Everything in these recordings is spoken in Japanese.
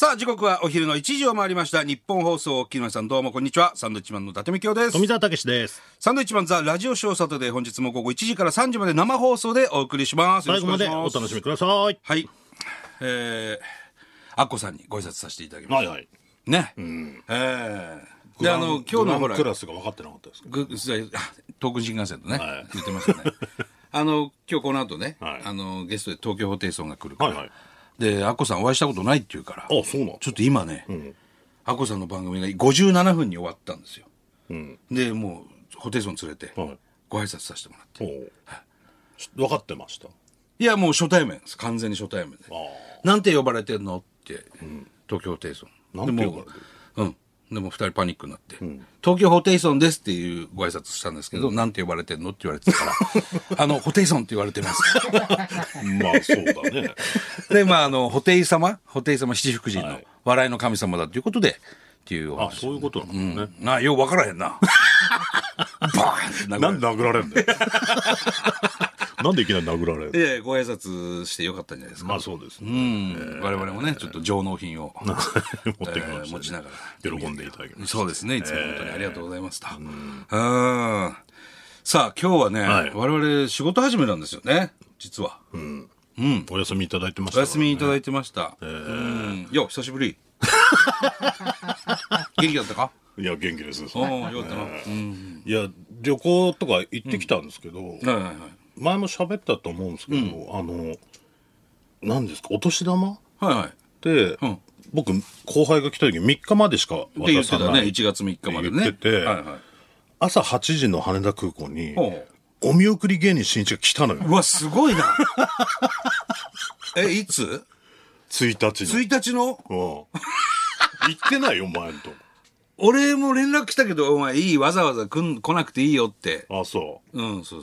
さあ時刻はお昼の1時を回りました。日本放送木村さん、どうもこんにちは。サンドウィッチマンの伊達美京です。 富澤たけしです。 サンドウィッチマンザラジオショーサタデー、本日も午後1時から3時まで生放送でお送りします。 最後までお楽しみください。 はい、アッコさんにご挨拶させていただきます。 はいはい。 ね、で今日のほらクラスが分かってなかったですか。 東北新幹線とね、はい、言ってましたね。今日この後ね、はい、ゲストで東京ホテイソンが来るから、はいはい、でアッコさんお会いしたことないって言うから、 あ、そうなの。 ちょっと今ね、アッコさんの番組が57分に終わったんですよ、でもうホテイソン連れてご挨拶させてもらって、はい、 分かってました。 いやもう初対面です、完全に初対面で。なんて呼ばれてんのって、東京ホテイソンなんて呼ばれてる。 でも2人パニックになって、東京ホテイソンですっていうご挨拶したんですけど、なんて呼ばれてんのって言われてたからホテイソンって言われてます。 まあそうだね。 でホテイ様七福神の笑いの神様だということでっていうお話。 あ、そういうことなんだね。 よう分からへんな。バーンってなんで殴られんだよ。なんでいきなり殴られる。 いやご挨拶してよかったんじゃないですか。 まあそうですね。 我々もねちょっと上納品を持ってきました、 持ちながら喜んでいただきました。 そうですね、いつも本当にありがとうございますと。さあ今日はね、我々仕事始めなんですよね、実は。 お休みいただいてました、 お休みいただいてました。よ久しぶり。元気だったか。 いや元気です。 よかったな。 いや旅行とか行ってきたんですけど、前も喋ったと思うんですけど、何ですか、お年玉で、僕後輩が来た時3日までしか渡さないって 1月3日までね言ってて、朝8時の羽田空港にお見送り芸人しんいちが来たのよ。 うわすごいな。いつ？1日の行ってないよ前のと。 俺も連絡来たけど、お前いい、わざわざ来なくていいよって。 あ、そう。 そう。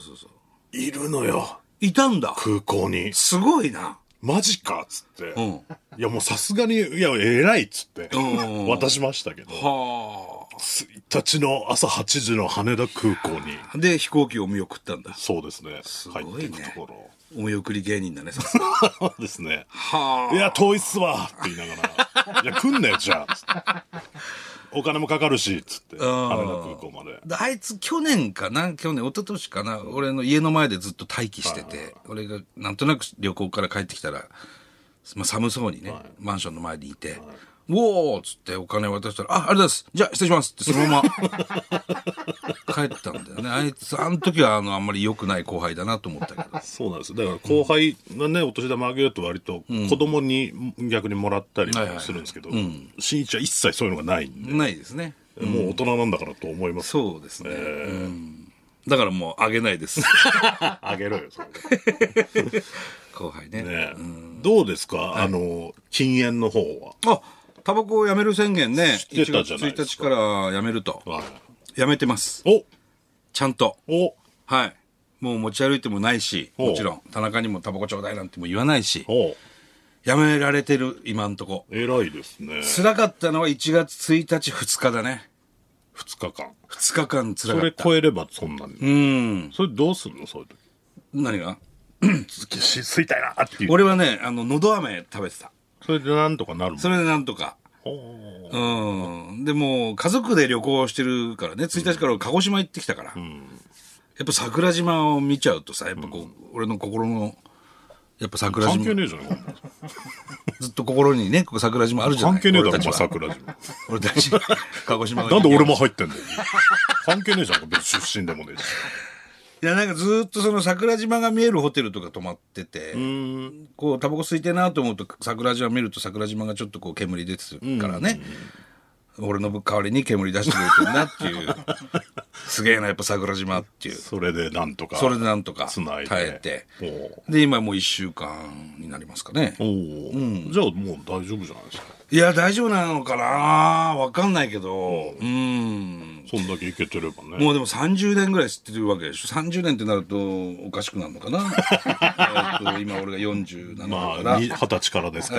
いるのよ。 いたんだ。 空港に。 すごいな。 マジかっつって。いやもうさすがに、いや、偉いっつって。渡しましたけど。1日の朝8時の羽田空港に。 で、飛行機を見送ったんだ。 そうですね。 すごいね。 入っていくところ。 お見送り芸人だね、 そうですね。いや、遠いっすわって言いながら。いや、来んなよ、じゃあ。つって。お金もかかるし、つって、羽田空港まで。 あいつ去年、一昨年かな、俺の家の前でずっと待機してて、俺がなんとなく旅行から帰ってきたら、寒そうにね、マンションの前にいて、おーっつってお金渡したら、ありがとうございます。じゃあ失礼しますってそのまま帰ったんだよね。あいつ、あの時はあんまり良くない後輩だなと思ったけど。 そうなんです。だから後輩がね、お年玉あげると割と子供に逆にもらったりするんですけど、しんいちは一切そういうのがないんで。 ないですね。 もう大人なんだからと思います。 そうですね。だからもうあげないです。 あげろよ、それ。 後輩ね。 どうですか、禁煙の方は。 タバコをやめる宣言ね、 1月 1日からやめると。やめてます。ちゃんと。はい。もう持ち歩いてもないし、もちろん、田中にもタバコちょうだいなんても言わないし、やめられてる、今んとこ。 偉いですね。 辛かったのは1月1日2日だね。 2日間。 2日間辛かった。 それ超えればそんなに。それどうするの、そういう時。 何が吸いたいなっていう。 俺はね、のど飴食べてた。 それでなんとかなるもん。 それでなんとか。でも家族で旅行してるからね、1日から鹿児島行ってきたから、やっぱ桜島を見ちゃうとさ、やっぱこう、俺の心のやっぱ桜島関係ねえじゃん。 ずっと心にね、ここ桜島あるじゃない。 関係ねえだろ、桜島。 俺たち鹿児島なんで俺も入ってんだよ。関係ねえじゃん、別に出身でもねえし。 いやなんかずっとその桜島が見えるホテルとか泊まってて、こうタバコ吸いてえなと思うと桜島見ると桜島がちょっとこう煙出てるからね、俺の代わりに煙出してくれてるなっていうすげえなやっぱ桜島っていう。 それでなんとか耐えて、で今もう1週間になりますかね。 じゃあもう大丈夫じゃないですか。 いや大丈夫なのかな分かんないけど、 そんだけいけてればね。 もうでも30年ぐらい吸ってるわけでしょ。30年ってなるとおかしくなるのかな。今俺が47だから、 20歳からですから、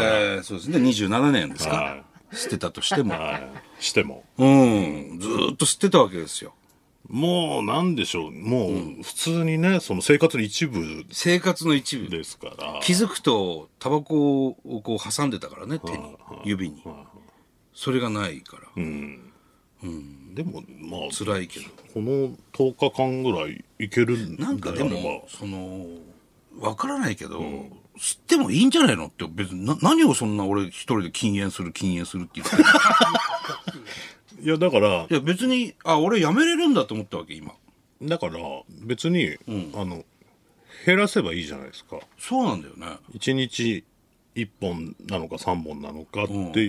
そうですね、27年ですか、吸ってたとしても、 してもずーっと吸ってたわけですよ。 もうなんでしょう、もう普通にね、その生活の一部生活の一部ですから。 気づくとタバコをこう挟んでたからね、手に、指に、それがないから、 でもまあ辛いけど、 この10日間ぐらいいけるんだなんかでもその分からないけど、吸ってもいいんじゃないのって、別に何をそんな俺一人で禁煙するって言ってるいやだからいや別に俺やめれるんだと思ったわけ今。 だから別に、減らせばいいじゃないですか。 そうなんだよね。 1日1本なのか3本なのかって、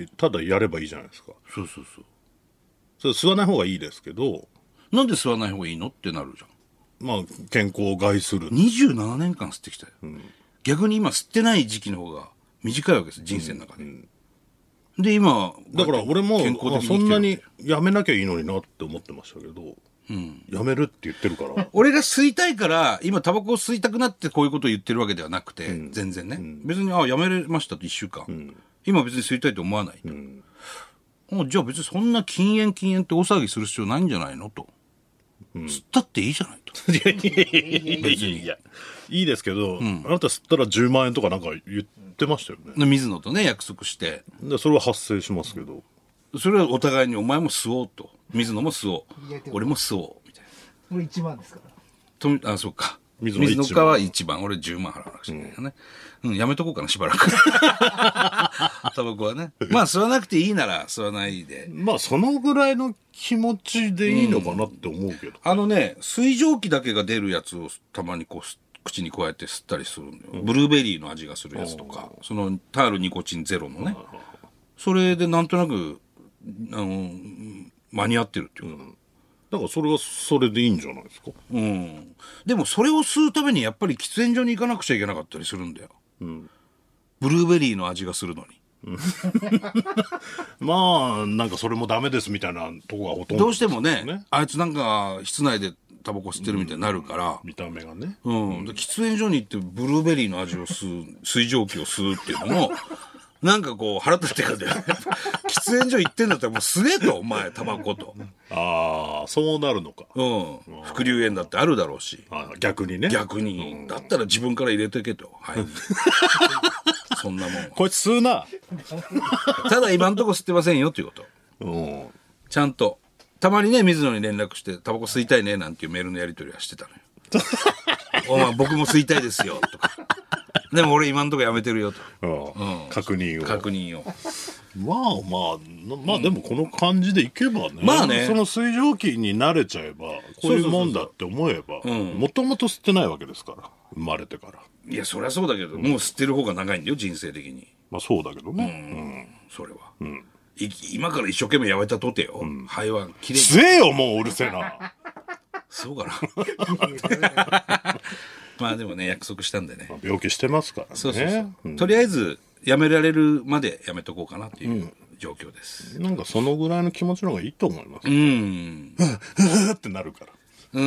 ただやればいいじゃないですか。 そうそうそう。 それ吸わない方がいいですけど、 なんで吸わない方がいいのってなるじゃん。 まあ健康を害する。 27年間吸ってきたよ、逆に今吸ってない時期の方が短いわけです、人生の中で、で今だから俺も健康的にそんなにやめなきゃいいのになって思ってましたけど、やめるって言ってるから俺が吸いたいから今タバコを吸いたくなってこういうことを言ってるわけではなくて、全然ね、別にやめれましたと1週間、今別に吸いたいと思わないと、じゃあ別にそんな禁煙って大騒ぎする必要ないんじゃないのと、吸ったっていいじゃないと。 いやいいですけど、あなた吸ったら10万円とかなんか言ってましたよね。 水野とね約束して、 でそれは発生しますけど、 それはお互いにお前も吸おうと、水野も吸おう、俺も吸おうみたいな。 俺1万ですから。 そうか。 水野川は1番、俺10万払わなくちゃいけないよね。やめとこうかな、しばらく。タバコはね。まあ、吸わなくていいなら吸わないで。 まあ、そのぐらいの気持ちでいいのかなって思うけど。 水蒸気だけが出るやつをたまにこう、口に加えて吸ったりするんだよ。ブルーベリーの味がするやつとか、その、タールニコチンゼロのね。それでなんとなく、間に合ってるっていうか。 だからそれはそれでいいんじゃないですか。 でもそれを吸うためにやっぱり喫煙所に行かなくちゃいけなかったりするんだよ。ブルーベリーの味がするのに。 まあなんかそれもダメですみたいなとこがほとんど、 どうしてもね、あいつなんか室内でタバコ吸ってるみたいになるから、 見た目がね、 で喫煙所に行ってブルーベリーの味を吸う、水蒸気を吸うっていうのもなんかこう腹立ってくるんだよね。喫煙所行ってんだったらもう吸えと、お前タバコと。 ああそうなるのか。 副流煙だってあるだろうし。 逆にね。 逆に、だったら自分から入れてけと。はい。そんなもん。 こいつ吸うな。 ただ今んとこ吸ってませんよっていうこと。ちゃんと。たまにね、水野に連絡して、タバコ吸いたいねなんていうメールのやり取りはしてたのよ。お前僕も吸いたいですよとか。でも俺今んとこやめてるよと。 確認を。まあでもこの感じでいけばね。 まあね。 その水蒸気に慣れちゃえば、こういうもんだって思えば、もともと吸ってないわけですから、生まれてから。 いや、そりゃそうだけど、もう吸ってる方が長いんだよ、人生的に。 まあそうだけどね。 それは。今から一生懸命やめたとてよ。肺はきれいに。 吸えよ、もううるせえな。 そうかな。まあでもね、約束したんでね。 病気してますからね。 そう。とりあえず、やめられるまでやめとこうかなっていう状況です。 なんかそのぐらいの気持ちの方がいいと思います。ってなるから。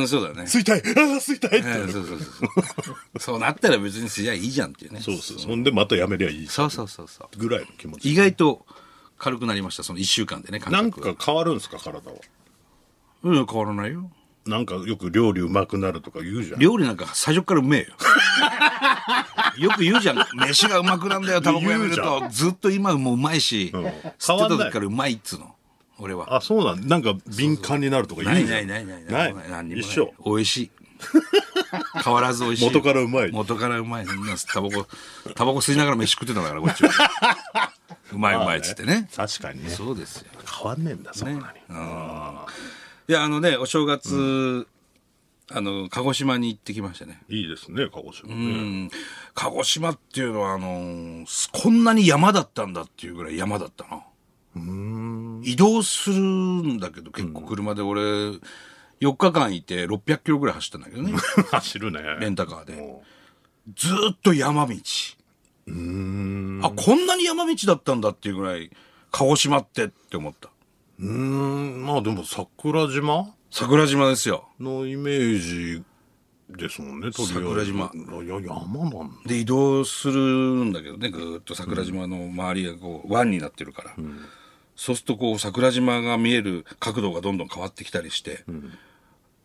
そうだね。 吸いたい吸いたいってなる。 そうなったら別に吸いゃいいじゃんっていうね。 そう。そんでまたやめりゃいい。 そう。 ぐらいの気持ち。 意外と軽くなりました、その1週間でね、 なんか変わるんですか、体は。 変わらないよ。 なんかよく料理うまくなるとか言うじゃん。 料理なんか最初からうめえよ。よく言うじゃん。飯がうまくなんだよ、タバコやめると。ずっと今もうまいし、吸ってた時からうまいっつうの。俺は。 あ、そうなんなんか敏感になるとか言うじゃん。 ない。 一緒。 美味しい。変わらず美味しい。 元からうまい。 タバコ吸いながら飯食ってたんだから、こっちは。うまいっつってね。 確かにね。 そうですよ。 変わんねえんだ、そんなに。 いや、お正月、鹿児島に行ってきましたね。 いいですね、鹿児島ね。 鹿児島っていうのは、こんなに山だったんだっていうぐらい山だったな。移動するんだけど、結構車で俺、4日間いて600キロぐらい走ったんだけどね。 走るね。 レンタカーで。ずーっと山道。こんなに山道だったんだっていうぐらい、鹿児島って思った。 まあでも桜島ですよ。 のイメージですもんね、 桜島。 いや、山なんだ。 で、移動するんだけどね、ぐーっと桜島の周りがこう、湾になってるから。そうするとこう、桜島が見える角度がどんどん変わってきたりして、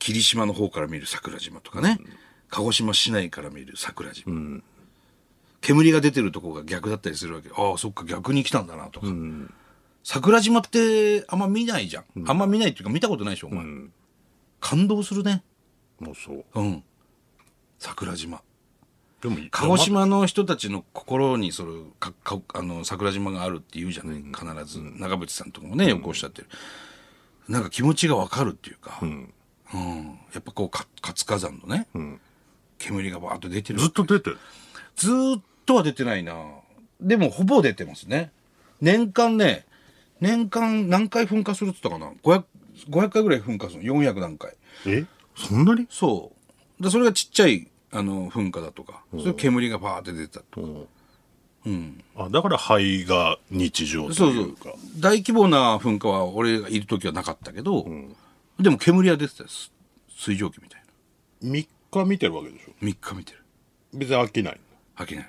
霧島の方から見る桜島とかね、鹿児島市内から見る桜島、煙が出てるとこが逆だったりするわけ。ああ、そっか、逆に来たんだなとか。桜島ってあんま見ないじゃん。あんま見ないっていうか見たことないでしょ、お前。感動するね。 もうそう。 桜島。 でも鹿児島の人たちの心に桜島があるって言うじゃない、必ず。長渕さんとかもね、よくおっしゃってる。なんか気持ちがわかるっていうか、やっぱこう活火山のね、煙がバーッと出てる。 ずっと出てる。 ずーっとは出てないな。でもほぼ出てますね。年間何回噴火するって言ったかな。500回ぐらい噴火するの。400何回。 そんなに？ そうでそれがちっちゃい噴火だとか、そういう煙がバーって出てたとか。 だから灰が日常というか。 そう大規模な噴火は俺がいる時はなかったけど、でも煙は出てたです。水蒸気みたいな。3日見てるわけでしょ。 3日見てる。 別に飽きない。 飽きない。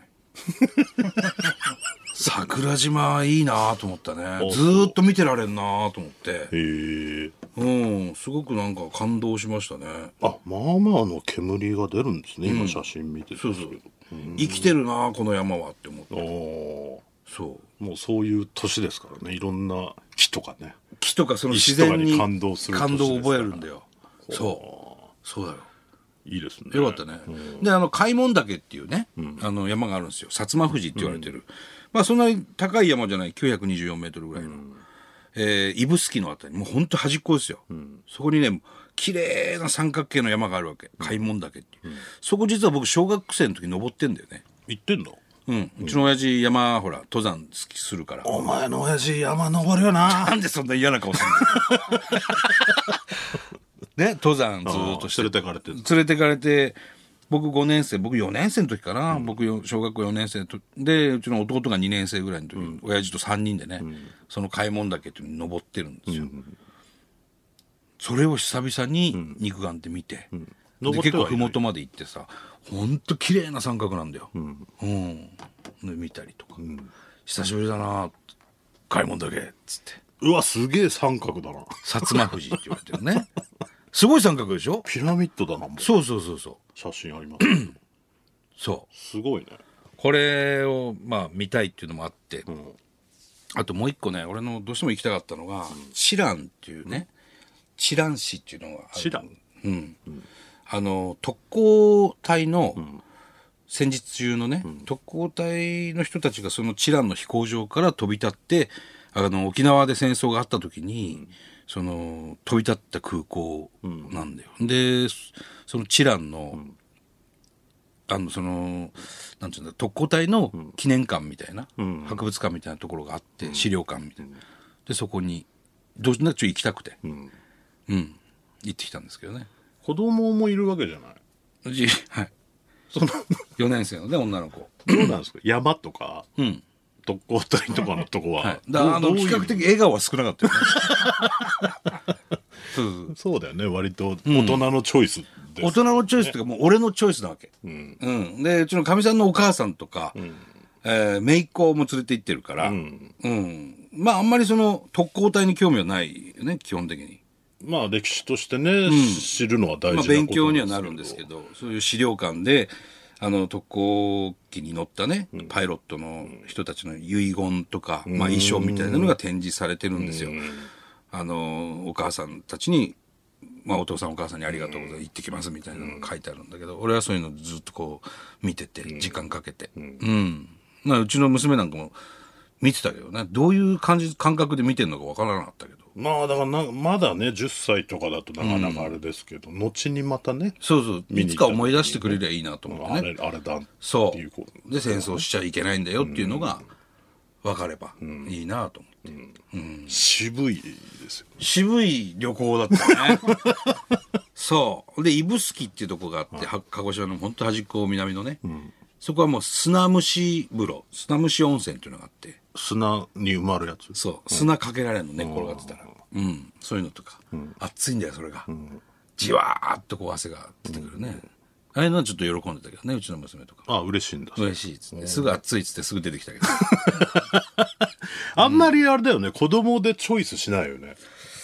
桜島いいなと思ったね。ずーっと見てられんなと思って。すごくなんか感動しましたね。 まあ煙が出るんですね、今写真見てるんですけど。 生きてるなこの山はって思って。 もうそういう年ですからね。いろんな木とかね。 木とかその自然に感動する感動を覚えるんだよ。そうだよ。 いいですね。 よかったね。で、開門岳っていうね、山があるんですよ。薩摩富士って言われてる。まあそんなに高い山じゃない、924メートルぐらいの。指宿のあたり、もうほんと端っこですよ。そこにね、綺麗な三角形の山があるわけ。開門岳っていう。そこ実は僕小学生の時登ってんだよね。 行ってんの？ うちの親父山、ほら、登山好きするから。 お前の親父山登るよな。 なんでそんな嫌な顔するのね、登山ずーっとして。 連れてかれて、僕4年生の時かな。僕、小学校4年生で、うちの弟が2年生ぐらいの時に、親父と3人でね、その開門岳っていうのに登ってるんですよ。それを久々に肉眼で見て、結構麓まで行ってさ、ほんと綺麗な三角なんだよ。で見たりとか。久しぶりだな開門岳っつって。 うわ、すげえ三角だな。 薩摩富士って言われてるね。すごい三角でしょ？ ピラミッドだな、もう。 そう。 写真ありますそう。 すごいね。 これを、見たいっていうのもあって。あともう一個ね、俺のどうしても行きたかったのが、知覧っていうね、知覧市っていうのがある。 知覧？ 特攻隊の、戦時中のね、特攻隊の人たちがその知覧の飛行場から飛び立って、沖縄で戦争があった時に、その飛び立った空港なんだよ。で、その知覧の、なんていうんだ、特攻隊の記念館みたいな、博物館みたいなところがあって、資料館みたいな。で、そこに、どうしても行きたくて、行ってきたんですけどね。 子供もいるわけじゃない？ はい。4年生のね、女の子。 どうなんですか？山とか、特攻隊とかのとこは。 比較的笑顔は少なかったよね。そうだよね、割と大人のチョイスです。 大人のチョイスっていうか、もう俺のチョイスなわけ。で、うちのかみさんのお母さんとか、姪っ子も連れて行ってるから、あんまりその特攻隊に興味はないよね、基本的に。 歴史としてね、知るのは大事なことですけど。 勉強にはなるんですけど、そういう資料館で、特攻機に乗ったね、パイロットの人たちの遺言とか、衣装みたいなのが展示されてるんですよ。お母さんたちに、お父さんお母さんにありがとうございます、行ってきますみたいなのが書いてあるんだけど、俺はそういうのずっとこう見てて、時間かけて。うちの娘なんかも見てたけどね、どういう感覚で見てるのかわからなかったけど。 だからまだね、10歳とかだとなかなかあれですけど、後にまたね。 いつか思い出してくれりゃいいなと思ってね。 あれだっていうこと。で、戦争しちゃいけないんだよっていうのが分かればいいなと思って。 渋いですよね。 渋い旅行だったね。そう。で、指宿っていうとこがあって、鹿児島の本当端っこ南のね。そこはもう砂蒸し風呂、砂蒸し温泉っていうのがあって。 砂に埋まるやつ？ そう。砂かけられるのね、転がってたら。そういうのとか。熱いんだよ、それが。じわーっとこう汗が出てくるね。あれのはちょっと喜んでたけどね、うちの娘とか。 嬉しいんだ。 嬉しいっつって。すぐ暑いっつってすぐ出てきたけど。 あんまりあれだよね、子供でチョイスしないよね。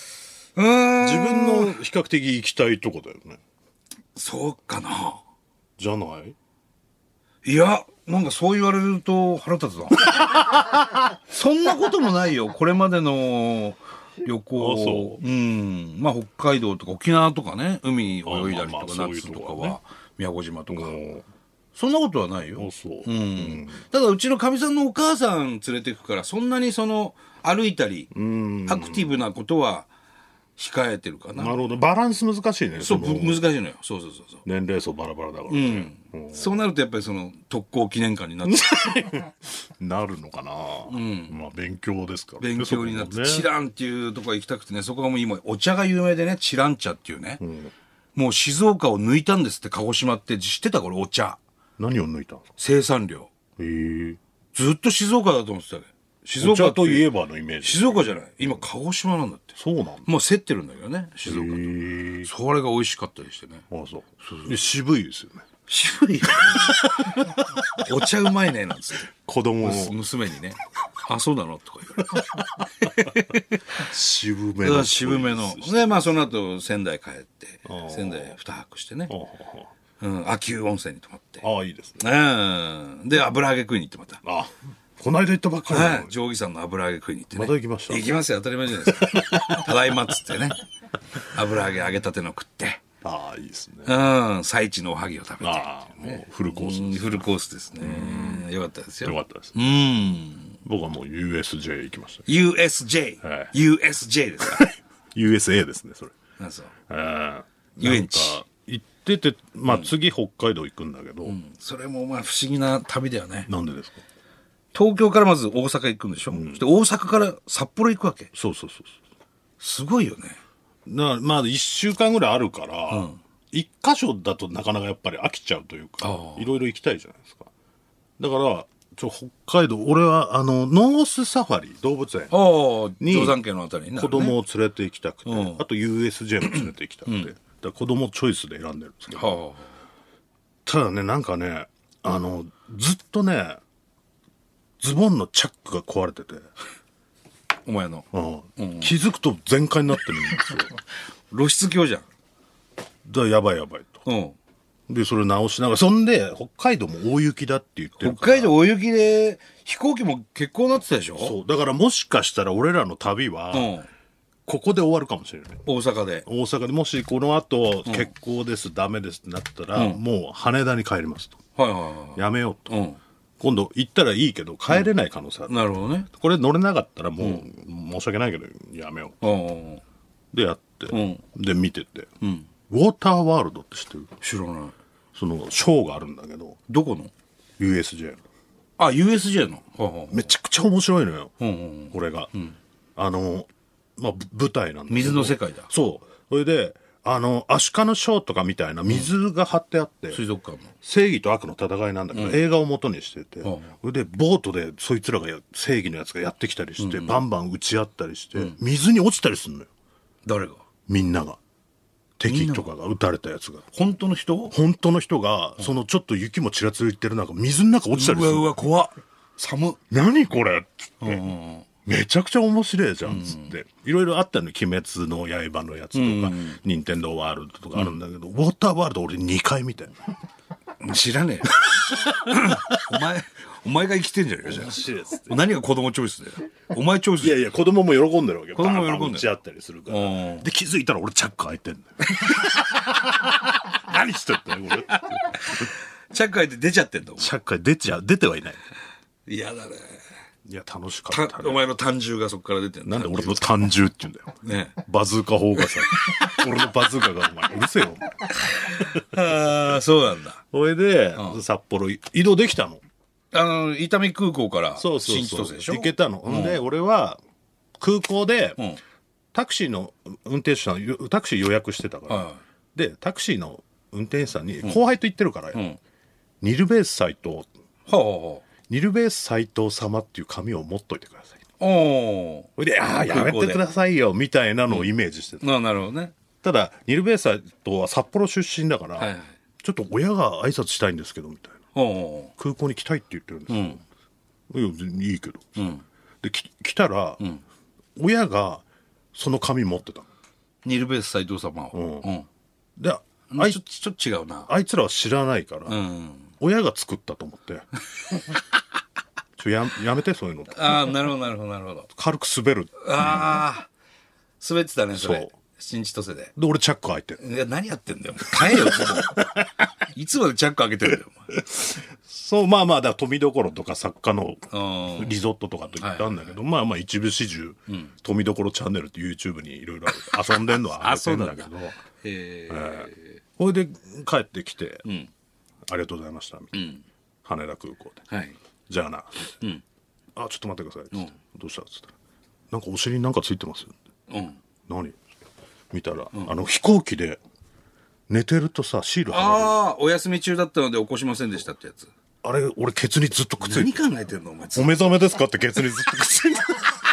自分の比較的行きたいとこだよね。 そうかな。 じゃない？ いや、なんかそう言われると腹立つな。そんなこともないよ。これまでの旅行。まあ北海道とか沖縄とかね、海泳いだりとか、夏とかは宮古島とか。そんなことはないよ。ただうちのかみさんのお母さん連れてくから、そんなに歩いたり、アクティブなことは控えてるかな。 なるほど。バランス難しいね。 そう、難しいのよ。そう。 年齢層バラバラだからね。 そうなるとやっぱり特攻記念館になってなるのかな。まあ勉強ですからね。勉強になって、チランっていうところ行きたくてね、そこがもう今、お茶が有名でね、チラン茶っていうね。もう静岡を抜いたんですって、鹿児島って。知ってたこれ、お茶。 何を抜いたんですか？ 生産量。ずっと静岡だと思ってたね。 静岡といえばのイメージ。 静岡じゃない。今、鹿児島なんだって。 そうなんだ。 もう競ってるんだけどね、静岡と。それが美味しかったりしてね。 そう。渋いですよね。 渋いよ。お茶うまいね、なんつって。 子供娘にね。あ、そうなのとか言われて。 渋めの。 渋めの。で、まあその後、仙台帰って、仙台2泊してね。秋保温泉に泊まって。 いいですね。 で、油揚げ食いに行ってまた。 この間行ったばっかりだ。 定規さんの油揚げ食いに行ってね。 また行きました。 行きますよ、当たり前じゃないですか。ただいまっつってね。油揚げ揚げたての食って。 いいですね。 最地のおはぎを食べて。 もうフルコース。 フルコースですね。よかったですよ。 よかったです。僕はもう USJ 行きました。 USJ。USJ ですか。 USA ですね、それ。 そう。 遊園地。行ってて、まあ次北海道行くんだけど。 それもまあ不思議な旅だよね。 なんでですか？ 東京からまず大阪行くんでしょ。そして大阪から札幌行くわけ。 そう。 すごいよね。 まあ1週間ぐらいあるから、一箇所だとなかなかやっぱり飽きちゃうというか、いろいろ行きたいじゃないですか。だから北海道、俺はノースサファリ動物園に定山家のあたりに子供を連れて行きたくて、あと USJ も連れて行きたくて、だから子供チョイスで選んでるんですけど、ただね、なんかね、ずっとね、ズボンのチャックが壊れてて、 お前の、 気づくと全開になってるんですよ。 露出狂じゃん。 だからやばいと。で、それ直しながら、そんで、北海道も大雪だって言ってるから。北海道大雪で、飛行機も欠航になってたでしょ？ そう。だからもしかしたら俺らの旅は、ここで終わるかもしれない。 大阪でもしこの後、欠航です、ダメですってなったら、もう羽田に帰りますと。やめようと。今度行ったらいいけど帰れない可能性ある。 なるほどね。 これ乗れなかったらもう、申し訳ないけどやめよう。でやって、で見てて、ウォーターワールドって知ってる？ 知らない。 そのショーがあるんだけど。 どこの？ USJ の。USJ の。 めちゃくちゃ面白いのよ。これが。まあ舞台なんだけど。 水の世界だ。 そう。それでアシカのショーとかみたいな水が張ってあって、 水族館の正義と悪の戦いなんだけど、映画を元にしてて、それでボートでそいつらが正義のやつがやってきたりして、バンバン打ち合ったりして、水に落ちたりするのよ。 誰が？ みんなが。敵とかが撃たれたやつが。 本当の人が、そのちょっと雪もちらついてる中、水の中落ちたりする。 うわ怖っ。寒っ。 何これっつって。めちゃくちゃ面白いじゃんっつって、いろいろあったの。鬼滅の刃のやつとか、任天堂ワールドとかあるんだけど、ウォーターワールド俺2回見て。 知らねえよ。お前が生きてんじゃねえか、じゃあ。何が子供チョイスだよ。お前チョイス。 いや子供も喜んでるわけよ。 子供も喜んでる。 打ち合ったりするから。で気づいたら俺チャック開いてんだよ。何してんだよ俺。 チャック開いて出ちゃってんだ。 チャック出てはいない。 嫌だね。 いや楽しかったね。 お前の単銃がそこから出てんだ。 なんで俺の単銃って言うんだよ。ね。バズーカ砲がさ、俺のバズーカがお前うるせえよ。 そうなんだ。 それで札幌移動できたの。 伊丹空港から新千歳でしょ。行けたの。で俺は空港でタクシーの運転手さんタクシー予約してたから。でタクシーの運転手さんに後輩と言ってるから、ニルベース斎藤。ニルベース斎藤様っていう紙を持っといてください。それで、やめてくださいよ、みたいなのをイメージしてた。 なるほどね。 ただ、ニルベース斎藤は札幌出身だから、ちょっと親が挨拶したいんですけど、みたいな。空港に来たいって言ってるんですよ。いいけど。で、来たら、親がその紙持ってたニール・ベース斉藤様を。うん。 で、 ちょっと違うな。 あいつらは知らないから、親が作ったと思って。やめて、そういうの。 ああ、なるほど、なるほど、なるほど。 軽く滑る。 ああ、滑ってたね、それ。 そう。 新千歳で。 で、俺チャック開いて。 いや、何やってんだよ。買えよ、いつまでチャック開けてるんだよ、お前。 そう、まあまあ、だから富所とか作家のリゾットとかと言ったんだけど、まあまあ一部始終、富所チャンネルって YouTube にいろいろ遊んでんのはあげてんだけど、それで帰ってきて、ありがとうございました、みたいな。羽田空港で。 はい。 じゃあな、あ、ちょっと待ってください、どうしたっつったら、なんかお尻になんかついてますよ。何見たら、飛行機で寝てるとさ、シール貼られる。 ああ、お休み中だったので起こしませんでしたってやつ。 あれ、俺ケツにずっとくっついて。 何考えてんのお前。 お目覚めですかってケツにずっとくっついて。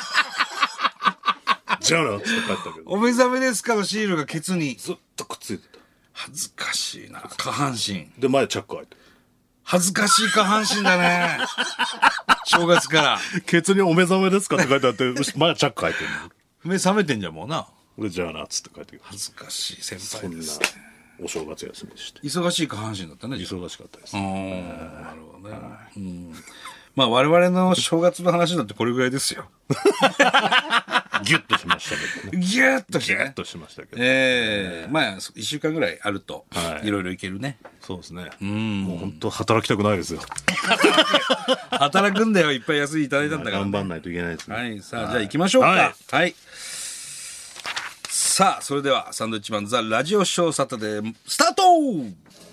じゃあなっつって帰ったけど。 お目覚めですかのシールがケツに。 ずっとくっついてた。 恥ずかしいな。下半身。 で、前チャック開いて。 恥ずかしい下半身だね。正月から。 ケツにお目覚めですかって書いてあって、前チャック開いてるの。 目覚めてんじゃん、もうな。 俺じゃあなっつって帰ってきた。 恥ずかしい先輩ですね。 お正月休みでして。 忙しい下半身だったね。 忙しかったです。 なるほどね。まあ我々の正月の話だってこれぐらいですよ。 ギュッとしましたけどね。 ギュッとしてね。 ギュッとしましたけど。 まあ1週間ぐらいあると、いろいろいけるね。 そうですね。もう本当働きたくないですよ。 働くんだよ。いっぱい休みいただいたんだから。 頑張んないといけないですね。 はい。さあ、じゃあ行きましょうか。はい。さあ、それではサンドウィッチマンザラジオショーサタデースタート。